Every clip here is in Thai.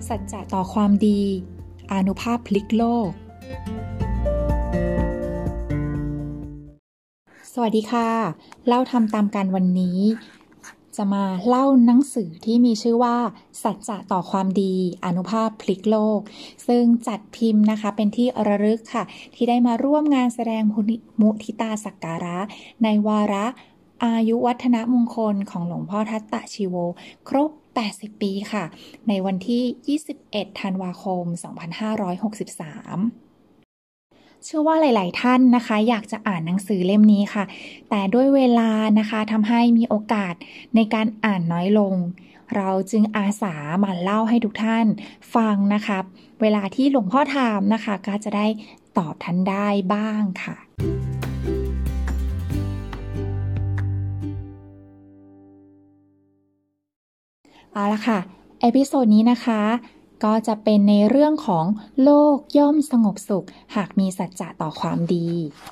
สัจจะต่อความดีอานุภาพพลิกโลกสวัสดีค่ะเล่าทำตามกันวันนี้จะมาเล่าหนังสือที่มีชื่อว่าสัจจะต่อความดีอานุภาพพลิกโลกซึ่งจัดพิมพ์นะคะเป็นที่ระลึกค่ะที่ได้มาร่วมงานแสดงมุทิตาสักการะในวาระอายุวัฒนมงคลของหลวงพ่อทัตตชีโวครบ80 ปีค่ะในวันที่21ธันวาคม2563เชื่อว่าหลายๆท่านนะคะอยากจะอ่านหนังสือเล่มนี้ค่ะแต่ด้วยเวลานะคะทำให้มีโอกาสในการอ่านน้อยลงเราจึงอาสามาเล่าให้ทุกท่านฟังนะคะเวลาที่หลวงพ่อถามนะคะก็จะได้ตอบท่านได้บ้างค่ะเอาละค่ะเอพิโซดนี้นะคะก็จะเป็นในเรื่องของโลกย่อมสงบสุขหากมีสัจจะต่อความดี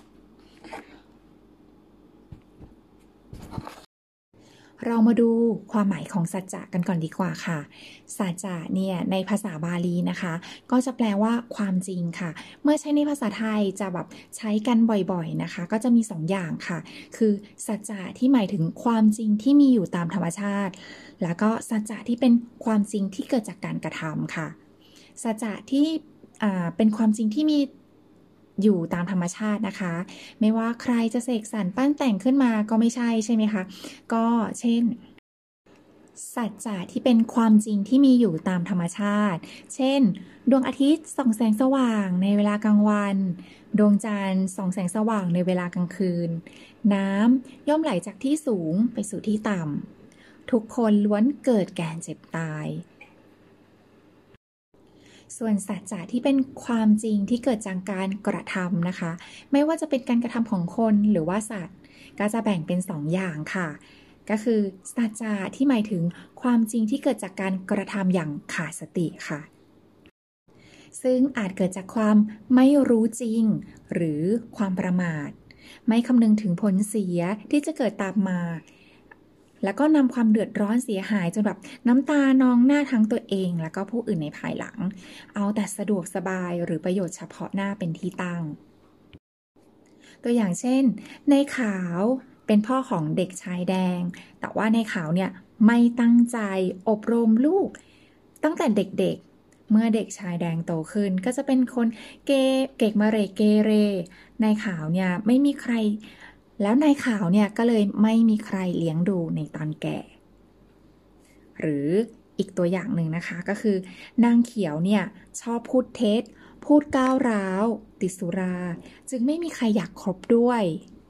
เรามาดูความหมายของสัจจะกันก่อนดีกว่าค่ะสัจจะเนี่ยในภาษาบาลีนะคะก็จะแปลว่าความจริงค่ะเมื่อใช้ในภาษาไทยจะแบบใช้กันบ่อยๆนะคะก็จะมี2 อย่างค่ะคือสัจจะที่หมายถึงความจริงที่มีอยู่ตามธรรมชาติแล้วก็สัจจะที่เป็นความจริงที่เกิดจากการกระทำค่ะสัจจะที่เป็นความจริงที่มีอยู่ตามธรรมชาตินะคะไม่ว่าใครจะเสกสรรปั้นแต่งขึ้นมาก็ไม่ใช่ไหมคะก็เช่นสัจจะที่เป็นความจริงที่มีอยู่ตามธรรมชาติเช่นดวงอาทิตย์ส่องแสงสว่างในเวลากลางวันดวงจันทร์ส่องแสงสว่างในเวลากลางคืนน้ำย่อมไหลจากที่สูงไปสู่ที่ต่ำทุกคนล้วนเกิดแก่เจ็บตายส่วนสัจจะที่เป็นความจริงที่เกิดจากการกระทำนะคะไม่ว่าจะเป็นการกระทำของคนหรือว่าสัตว์ก็จะแบ่งเป็น2 อย่างค่ะก็คือสัจจะที่หมายถึงความจริงที่เกิดจากการกระทำอย่างขาดสติค่ะซึ่งอาจเกิดจากความไม่รู้จริงหรือความประมาทไม่คำนึงถึงผลเสียที่จะเกิดตามมาแล้วก็นำความเดือดร้อนเสียหายจนแบบน้ำตานองหน้าทั้งตัวเองแล้วก็ผู้อื่นในภายหลังเอาแต่สะดวกสบายหรือประโยชน์เฉพาะหน้าเป็นที่ตั้งตัวอย่างเช่นในขาวเป็นพ่อของเด็กชายแดงแต่ว่าในขาวเนี่ยไม่ตั้งใจอบรมลูกตั้งแต่เด็กๆเมื่อเด็กชายแดงโตขึ้นก็จะเป็นคนเกกเมเรเกเรในขาวเนี่ยไม่มีใครแล้วนายขาวเนี่ยก็เลยไม่มีใครเลี้ยงดูในตอนแก่หรืออีกตัวอย่างหนึ่งนะคะก็คือนางเขียวเนี่ยชอบพูดเท็จพูดก้าวร้าวติดสุราจึงไม่มีใครอยากคบด้วย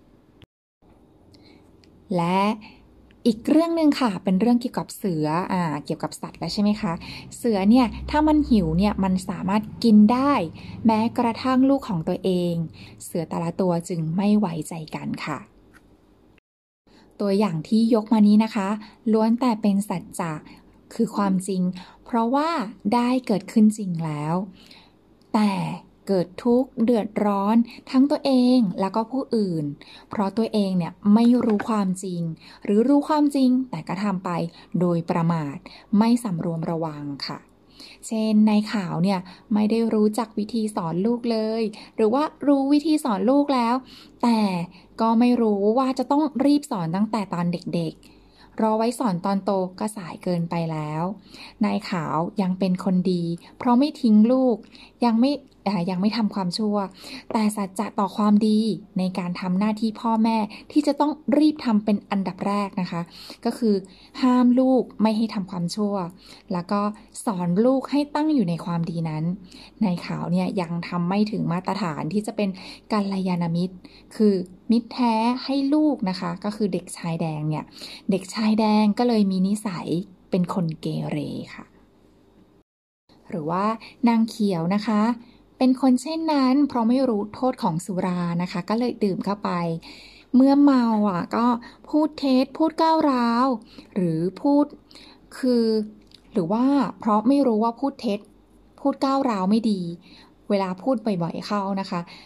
และอีกเรื่องหนึ่งค่ะเป็นเรื่องเกี่ยวกับเสือเกี่ยวกับสัตว์แล้วใช่ไหมคะเสือเนี่ยถ้ามันหิวเนี่ยมันสามารถกินได้แม้กระทั่งลูกของตัวเองเสือแต่ละตัวจึงไม่ไว้ใจกันค่ะตัวอย่างที่ยกมานี้นะคะล้วนแต่เป็นสัจจะคือความจริงเพราะว่าได้เกิดขึ้นจริงแล้วแต่เกิดทุกข์เดือดร้อนทั้งตัวเองแล้วก็ผู้อื่นเพราะตัวเองเนี่ยไม่รู้ความจริงหรือรู้ความจริงแต่ก็ทำไปโดยประมาทไม่สำรวมระวังค่ะเช่นนายขาวเนี่ยไม่ได้รู้จักวิธีสอนลูกเลยหรือว่ารู้วิธีสอนลูกแล้วแต่ก็ไม่รู้ว่าจะต้องรีบสอนตั้งแต่ตอนเด็กๆรอไว้สอนตอนโตก็สายเกินไปแล้วนายขาวยังเป็นคนดีเพราะไม่ทิ้งลูกยังไม่ทำความชั่วแต่สัจจะต่อความดีในการทำหน้าที่พ่อแม่ที่จะต้องรีบทำเป็นอันดับแรกนะคะก็คือห้ามลูกไม่ให้ทำความชั่วแล้วก็สอนลูกให้ตั้งอยู่ในความดีนั้นนายขาวเนี่ยยังทำไม่ถึงมาตรฐานที่จะเป็นกัลยาณมิตรคือมิตรแท้ให้ลูกนะคะก็คือเด็กชายแดงเนี่ยเด็กชายแดงก็เลยมีนิสัยเป็นคนเกเรค่ะหรือว่านางเขียวนะคะเป็นคนเช่นนั้นเพราะไม่รู้โทษของสุรานะคะก็เลยดื่มเข้าไปเมื่อเมาก็พูดเท็จพูดก้าวร้าวหรือพูดคือหรือว่าเพราะไม่รู้ว่าพูดเท็จพูดก้าวร้าวไม่ดีเวลาพูดบ่อยๆเข้านะคะ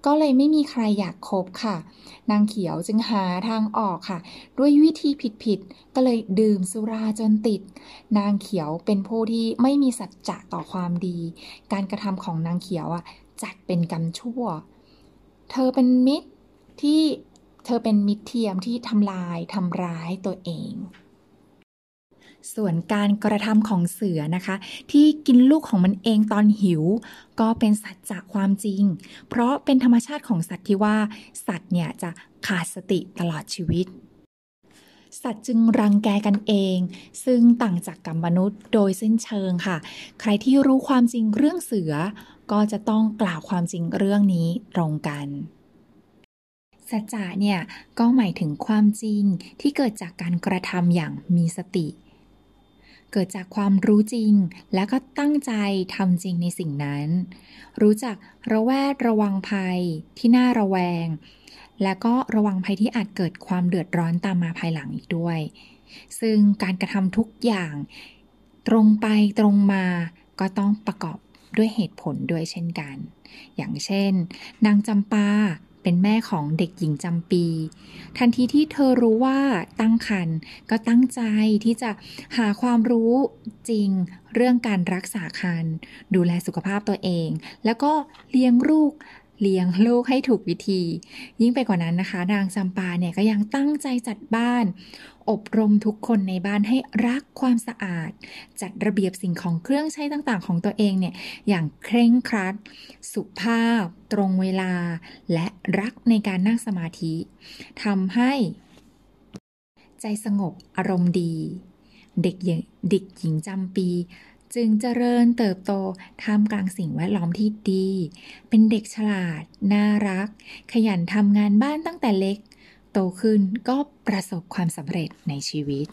ก็เลยไม่มีใครอยากคบค่ะนางเขียวจึงหาทางออกค่ะด้วยวิธีผิดๆก็เลยดื่มสุราจนติดนางเขียวเป็นผู้ที่ไม่มีสัจจะต่อความดีการกระทำของนางเขียวจัดเป็นกรรมชั่วเธอเป็นมิตรที่เธอเป็นมิตรเทียมที่ทำร้ายตัวเองส่วนการกระทำของเสือนะคะที่กินลูกของมันเองตอนหิวก็เป็นสัจจะความจริงเพราะเป็นธรรมชาติของสัตว์ที่ว่าสัตว์เนี่ยจะขาดสติตลอดชีวิตสัตว์จึงรังแกกันเองซึ่งต่างจากกับมนุษย์โดยสิ้นเชิงค่ะใครที่รู้ความจริงเรื่องเสือก็จะต้องกล่าวความจริงเรื่องนี้ตรงกันสัจจะเนี่ยก็หมายถึงความจริงที่เกิดจากการกระทำอย่างมีสติเกิดจากความรู้จริงและก็ตั้งใจทำจริงในสิ่งนั้นรู้จักระแวดระวังภัยที่น่าระแวงและก็ระวังภัยที่อาจเกิดความเดือดร้อนตามมาภายหลังอีกด้วยซึ่งการกระทำทุกอย่างตรงไปตรงมาก็ต้องประกอบด้วยเหตุผลด้วยเช่นกันอย่างเช่นนางจำปาเป็นแม่ของเด็กหญิงจำปีทันทีที่เธอรู้ว่าตั้งครรภ์ก็ตั้งใจที่จะหาความรู้จริงเรื่องการรักษาครรภ์ดูแลสุขภาพตัวเองแล้วก็เลี้ยงลูกให้ถูกวิธียิ่งไปกว่านั้นนะคะนางจำปาเนี่ยก็ยังตั้งใจจัดบ้านอบรมทุกคนในบ้านให้รักความสะอาดจัดระเบียบสิ่งของเครื่องใช้ต่างๆของตัวเองเนี่ยอย่างเคร่งครัดสุภาพตรงเวลาและรักในการนั่งสมาธิทำให้ใจสงบอารมณ์ดีเด็กหญิงจำปีจึงเจริญเติบโตท่ามกลางสิ่งแวดล้อมที่ดีเป็นเด็กฉลาดน่ารักขยันทำงานบ้านตั้งแต่เล็กโตขึ้นก็ประสบความสำเร็จในชีวิต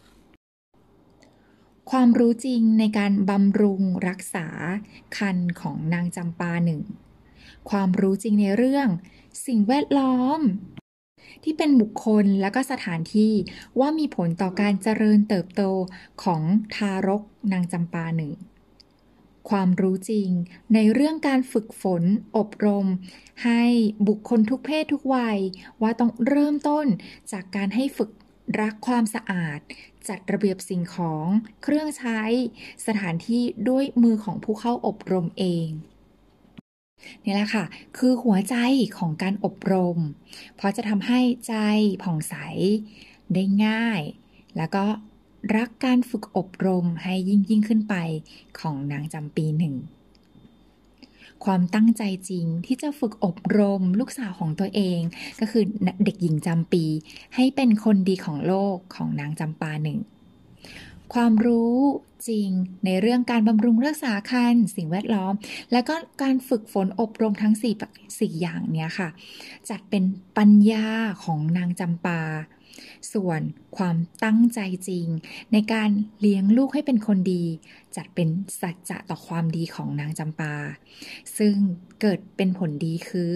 ความรู้จริงในการบำรุงรักษาครรภ์ของนางจำปาหนึ่งความรู้จริงในเรื่องสิ่งแวดล้อมที่เป็นบุคคลและก็สถานที่ว่ามีผลต่อการเจริญเติบโตของทารกนางจำปาหนึ่งความรู้จริงในเรื่องการฝึกฝนอบรมให้บุคคลทุกเพศทุกวัยว่าต้องเริ่มต้นจากการให้ฝึกรักความสะอาดจัดระเบียบสิ่งของเครื่องใช้สถานที่ด้วยมือของผู้เข้าอบรมเองนี่แหละค่ะคือหัวใจของการอบรมเพราะจะทำให้ใจผ่องใสได้ง่ายแล้วก็รักการฝึกอบรมให้ยิ่งขึ้นไปของนางจำปีหนึ่งความตั้งใจจริงที่จะฝึกอบรมลูกสาวของตัวเองก็คือเด็กหญิงจำปีให้เป็นคนดีของโลกของนางจำปาหนึ่งความรู้จริงในเรื่องการบำรุงรักษาครรภ์สิ่งแวดล้อมและก็การฝึกฝนอบรมทั้งสี่อย่างเนี้ยค่ะจัดเป็นปัญญาของนางจำปาส่วนความตั้งใจจริงในการเลี้ยงลูกให้เป็นคนดีจัดเป็นสัจจะต่อความดีของนางจำปาซึ่งเกิดเป็นผลดีคือ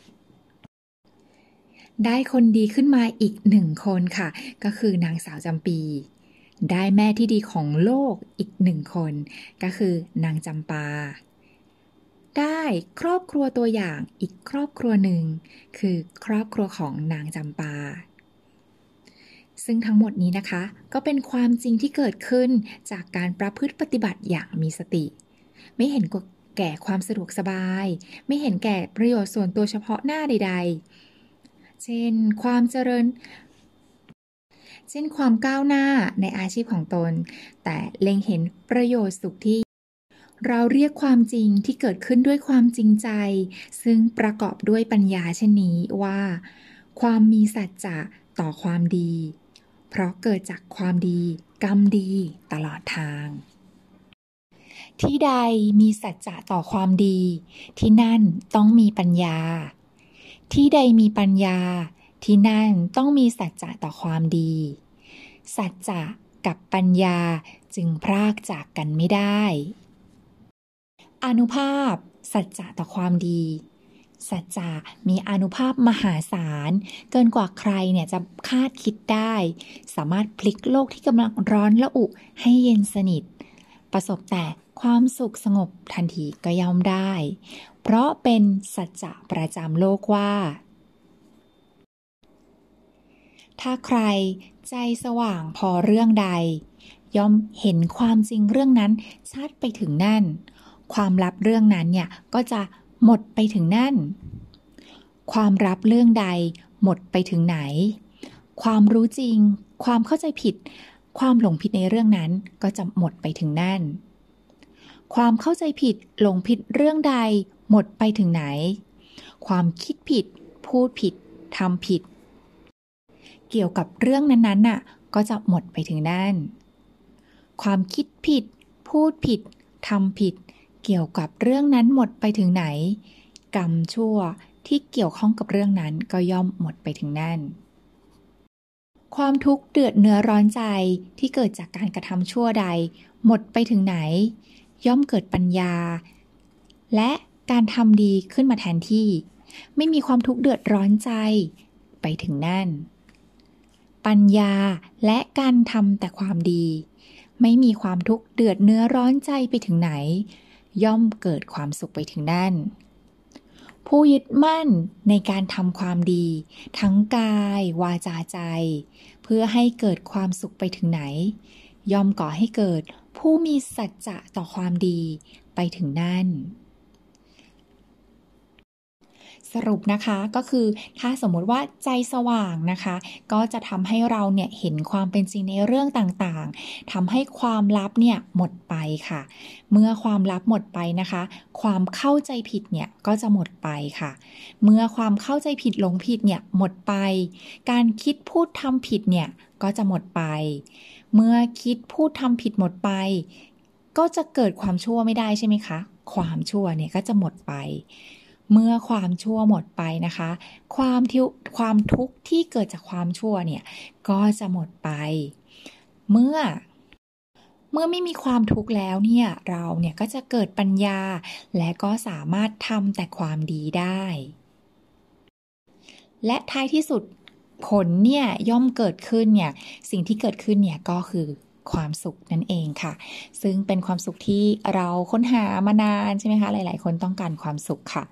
ได้คนดีขึ้นมาอีก1 คนค่ะก็คือนางสาวจำปีได้แม่ที่ดีของโลกอีก1 คนก็คือนางจำปาได้ครอบครัวตัวอย่างอีกครอบครัวหนึ่งคือครอบครัวของนางจำปาซึ่งทั้งหมดนี้นะคะก็เป็นความจริงที่เกิดขึ้นจากการประพฤติปฏิบัติอย่างมีสติไม่เห็นแก่ความสะดวกสบายไม่เห็นแก่ประโยชน์ส่วนตัวเฉพาะหน้าใดๆเช่นความเจริญเช่นความก้าวหน้าในอาชีพของตนแต่เล็งเห็นประโยชน์สุขที่เราเรียกความจริงที่เกิดขึ้นด้วยความจริงใจซึ่งประกอบด้วยปัญญาเช่นนี้ว่าความมีสัจจะต่อความดีเพราะเกิดจากความดีกรรมดีตลอดทางที่ใดมีสัจจะต่อความดีที่นั่นต้องมีปัญญาที่ใดมีปัญญาที่นั่นต้องมีสัจจะต่อความดีสัจจะกับปัญญาจึงพรากจากกันไม่ได้อานุภาพสัจจะต่อความดีสัจจะมีอานุภาพมหาศาลเกินกว่าใครเนี่ยจะคาดคิดได้สามารถพลิกโลกที่กำลังร้อนระอุให้เย็นสนิทประสบแต่ความสุขสงบทันทีก็ย่อมได้ เพราะเป็นสัจจะประจำโลกว่า ถ้าใครใจสว่างพอเรื่องใด ย่อมเห็นความจริงเรื่องนั้นชัดไปถึงนั่น ความลับเรื่องนั้นเนี่ยก็จะหมดไปถึงนั่น ความลับเรื่องใดหมดไปถึงไหน ความรู้จริง ความเข้าใจผิด ความหลงผิดในเรื่องนั้นก็จะหมดไปถึงนั่น ความเข้าใจผิดหลงผิดเรื่องใดหมดไปถึงไหน ความคิดผิด พูดผิดทำผิด เกี่ยวกับเรื่องนั้นๆน่ะก็จะหมดไปถึงนั่น ความคิดผิด พูดผิดทำผิด เกี่ยวกับเรื่องนั้นหมดไปถึงไหน กรรมชั่วที่เกี่ยวข้องกับเรื่องนั้นก็ย่อมหมดไปถึงนั่น ความทุกข์เดือดเนื้อร้อนใจที่เกิดจากการกระทำชั่วใดหมดไปถึงไหน ย่อมเกิดปัญญา และการทำดีขึ้นมาแทนที่ ไม่มีความทุกข์เดือดร้อนใจไปถึงนั่น ปัญญาและการทำแต่ความดี ไม่มีความทุกข์เดือดเนื้อร้อนใจไปถึงไหน ย่อมเกิดความสุขไปถึงนั่น ผู้ยึดมั่นในการทำความดี ทั้งกายวาจาใจ เพื่อให้เกิดความสุขไปถึงไหน ย่อมก่อให้เกิดผู้มีสัจจะต่อความดีไปถึงนั่น สรุปนะคะก็คือถ้าสมมติว่าใจสว่างนะคะก็จะทำให้เราเนี่ยเห็นความเป็นจริงในเรื่องต่างๆทำให้ความลับเนี่ยหมดไปค่ะเมื่อความลับหมดไปนะคะความเข้าใจผิดเนี่ยก็จะหมดไปค่ะเมื่อความเข้าใจผิดหลงผิดเนี่ยหมดไปการคิดพูดทำผิดเนี่ยก็จะหมดไปเมื่อคิดพูดทำผิดหมดไปก็จะเกิดความชั่วไม่ได้ใช่ไหมคะความชั่วเนี่ยก็จะหมดไปเมื่อความชั่วหมดไปนะคะความทุกข์ที่เกิดจากความชั่วเนี่ยก็จะหมดไปเมื่อไม่มีความทุกข์แล้วเนี่ยเราเนี่ยก็จะเกิดปัญญาและก็สามารถทำแต่ความดีได้และท้ายที่สุดผลเนี่ยย่อมเกิดขึ้นเนี่ยสิ่งที่เกิดขึ้นเนี่ยก็คือความสุขนั่นเองค่ะซึ่งเป็นความสุขที่เราค้นหามานานใช่ไหมคะหลายๆคนต้องการความสุขค่ะ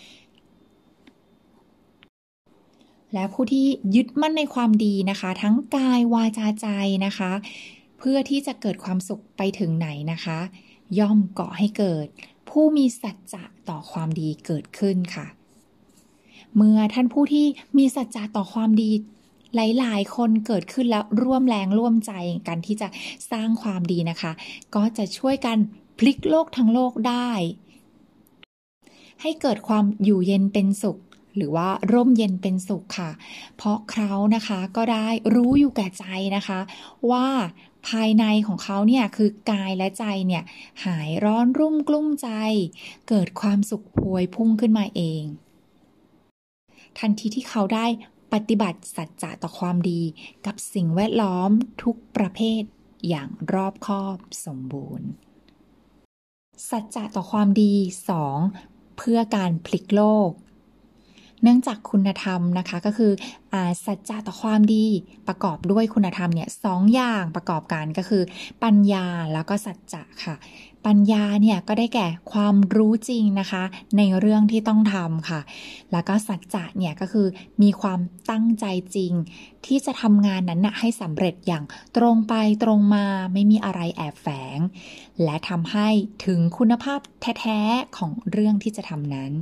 และผู้ที่ยึดมั่นในความดีนะคะทั้งกายวาจาใจนะคะเพื่อที่จะเกิดความสุขไปถึงไหนนะคะย่อมก่อให้เกิดผู้มีสัจจะต่อความดีเกิดขึ้นค่ะเมื่อท่านผู้ที่มีสัจจะต่อความดีหลายๆคนเกิดขึ้นแล้วร่วมแรงร่วมใจกันที่จะสร้างความดีนะคะก็จะช่วยกันพลิกโลกทั้งโลกได้ให้เกิดความอยู่เย็นเป็นสุขหรือว่าร่มเย็นเป็นสุขค่ะเพราะเขานะคะก็ได้รู้อยู่แก่ใจนะคะว่าภายในของเขาเนี่ยคือกายและใจเนี่ยหายร้อนรุ่มกลุ้มใจเกิดความสุขพวยพุ่งขึ้นมาเองทันทีที่เขาได้ปฏิบัติสัจจะต่อความดีกับสิ่งแวดล้อมทุกประเภทอย่างรอบคอบสมบูรณ์สัจจะต่อความดี 2. เพื่อการพลิกโลกเนื่องจากคุณธรรมนะคะก็คือสัจจะต่อความดีประกอบด้วยคุณธรรมเนี่ย2 อย่างประกอบกันก็คือปัญญาแล้วก็สัจจะค่ะปัญญาเนี่ยก็ได้แก่ความรู้จริงนะคะในเรื่องที่ต้องทำค่ะแล้วก็สัจจะเนี่ยก็คือมีความตั้งใจจริงที่จะทำงานนั้นนะให้สำเร็จอย่างตรงไปตรงมาไม่มีอะไรแอบแฝงและทำให้ถึงคุณภาพแท้ๆของเรื่องที่จะทำนั้น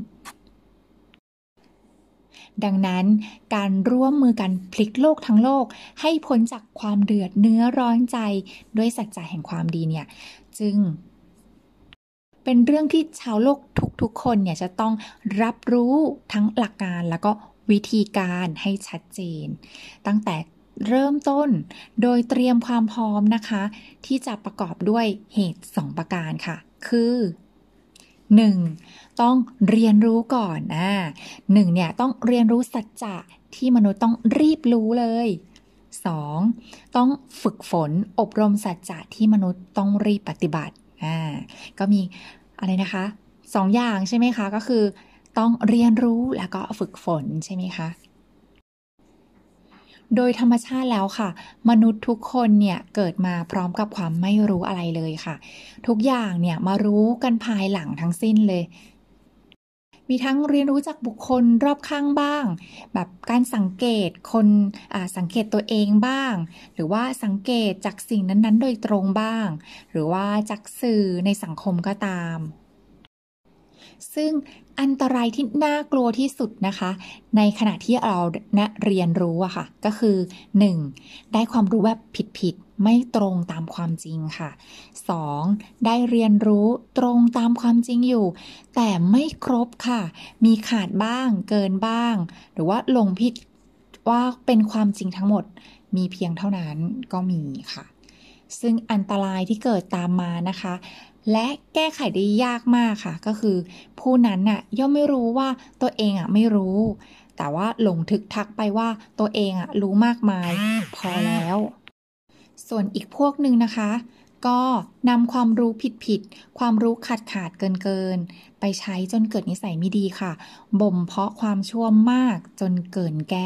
ดังนั้นการร่วมมือกันพลิกโลกทั้งโลกให้พ้นจากความเดือดเนื้อร้อนใจด้วยสัจจะแห่งความดีเนี่ยจึงเป็นเรื่องที่ชาวโลกทุกๆคนเนี่ยจะต้องรับรู้ทั้งหลักการแล้วก็วิธีการให้ชัดเจนตั้งแต่เริ่มต้นโดยเตรียมความพร้อมนะคะที่จะประกอบด้วยเหตุ2 ประการค่ะคือ 1. ต้องเรียนรู้ก่อน1เนี่ยต้องเรียนรู้สัจจะที่มนุษย์ต้องรีบรู้เลย 2. ต้องฝึกฝนอบรมสัจจะที่มนุษย์ต้องรีบปฏิบัติก็มีอะไรนะคะ2 อย่างใช่ไหมคะก็คือต้องเรียนรู้แล้วก็ฝึกฝนใช่ไหมคะโดยธรรมชาติแล้วค่ะมนุษย์ทุกคนเนี่ยเกิดมาพร้อมกับความไม่รู้อะไรเลยค่ะทุกอย่างเนี่ยมารู้กันภายหลังทั้งสิ้นเลยมีทั้งเรียนรู้จากบุคคลรอบข้างบ้างแบบการสังเกตคนสังเกตตัวเองบ้างหรือว่าสังเกตจากสิ่งนั้นๆโดยตรงบ้างหรือว่าจากสื่อในสังคมก็ตาม ซึ่งอันตรายที่น่ากลัวที่สุดนะคะในขณะที่เราเรียนรู้อะค่ะก็คือ 1. ได้ความรู้แบบผิดๆไม่ตรงตามความจริงค่ะ 2. ได้เรียนรู้ตรงตามความจริงอยู่แต่ไม่ครบค่ะมีขาดบ้างเกินบ้างหรือว่าหลงผิดว่าเป็นความจริงทั้งหมดมีเพียงเท่านั้นก็มีค่ะซึ่งอันตรายที่เกิดตามมานะคะและแก้ไขได้ยากมากค่ะก็คือผู้นั้นน่ะย่อมไม่รู้ว่าตัวเองอ่ะไม่รู้แต่ว่าหลงทึกทักไปว่าตัวเองอ่ะรู้มากมายพอแล้วส่วนอีกพวกหนึ่งนะคะก็นำความรู้ผิดความรู้ขาดเกินไปใช้จนเกิดนิสัยไม่ดีค่ะบ่มเพาะความชั่วมากจนเกินแก้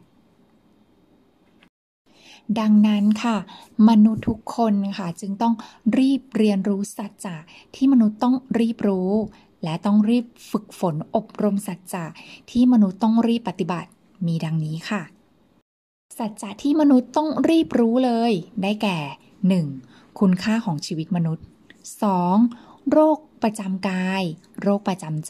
ดังนั้นค่ะมนุษย์ทุกคนค่ะจึงต้องรีบเรียนรู้สัจจะที่มนุษย์ต้องรีบรู้และต้องรีบฝึกฝนอบรมสัจจะที่มนุษย์ต้องรีบปฏิบัติมีดังนี้ค่ะสัจจะที่มนุษย์ต้องรีบรู้เลยได้แก่ 1. คุณค่าของชีวิตมนุษย์ 2. โรคประจำกายโรคประจำใจ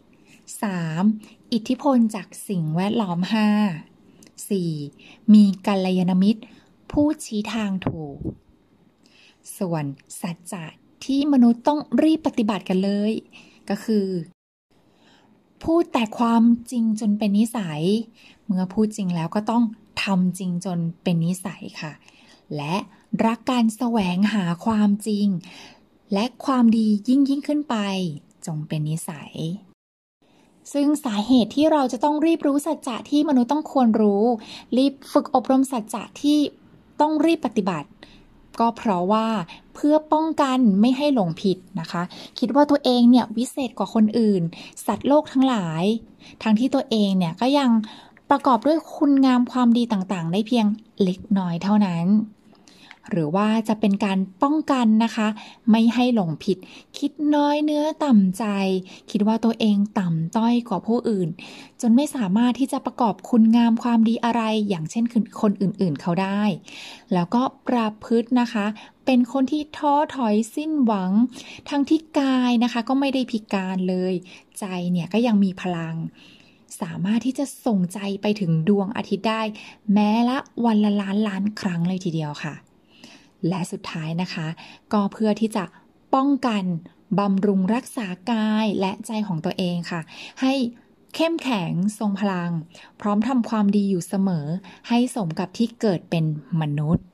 3. อิทธิพลจากสิ่งแวดล้อม 5. 4. มีกัลยาณมิตรผู้ชี้ทางถูกส่วนสัจจะที่มนุษย์ต้องรีบปฏิบัติกันเลยก็คือพูดแต่ความจริงจนเป็นนิสัยเมื่อพูดจริงแล้วก็ต้องทำจริงจนเป็นนิสัยค่ะและรักการแสวงหาความจริงและความดียิ่งขึ้นไปจงเป็นนิสัยซึ่งสาเหตุที่เราจะต้องรีบรู้สัจจะที่มนุษย์ต้องควรรู้รีบฝึกอบรมสัจจะที่ต้องรีบปฏิบัติก็เพราะว่าเพื่อป้องกันไม่ให้หลงผิดนะคะคิดว่าตัวเองเนี่ยวิเศษกว่าคนอื่นสัตว์โลกทั้งหลายทั้งที่ตัวเองเนี่ยก็ยังประกอบด้วยคุณงามความดีต่างๆได้เพียงเล็กน้อยเท่านั้นหรือว่าจะเป็นการป้องกันนะคะไม่ให้หลงผิดคิดน้อยเนื้อต่ำใจคิดว่าตัวเองต่ำต้อยกว่าผู้อื่นจนไม่สามารถที่จะประกอบคุณงามความดีอะไรอย่างเช่นคนอื่นๆเขาได้แล้วก็ประพฤตินะคะเป็นคนที่ท้อถอยสิ้นหวังทั้งที่กายนะคะก็ไม่ได้พิการเลยใจเนี่ยก็ยังมีพลังสามารถที่จะส่งใจไปถึงดวงอาทิตย์ได้แม้ละวันละล้านครั้งเลยทีเดียวค่ะและสุดท้ายนะคะก็เพื่อที่จะป้องกันบำรุงรักษากายและใจของตัวเองค่ะให้เข้มแข็งทรงพลังพร้อมทำความดีอยู่เสมอให้สมกับที่เกิดเป็นมนุษย์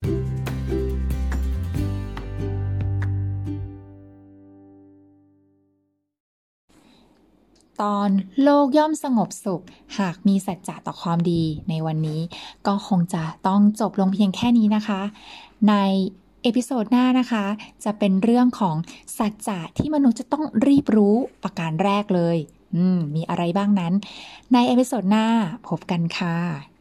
ตอนโลกย่อมสงบสุขหากมีสัจจะต่อความดีในวันนี้ก็คงจะต้องจบลงเพียงแค่นี้นะคะในเอพิโซดหน้านะคะจะเป็นเรื่องของสัจจะที่มนุษย์จะต้องรีบรู้ประการแรกเลยมีอะไรบ้างนั้นในเอพิโซดหน้าพบกันค่ะ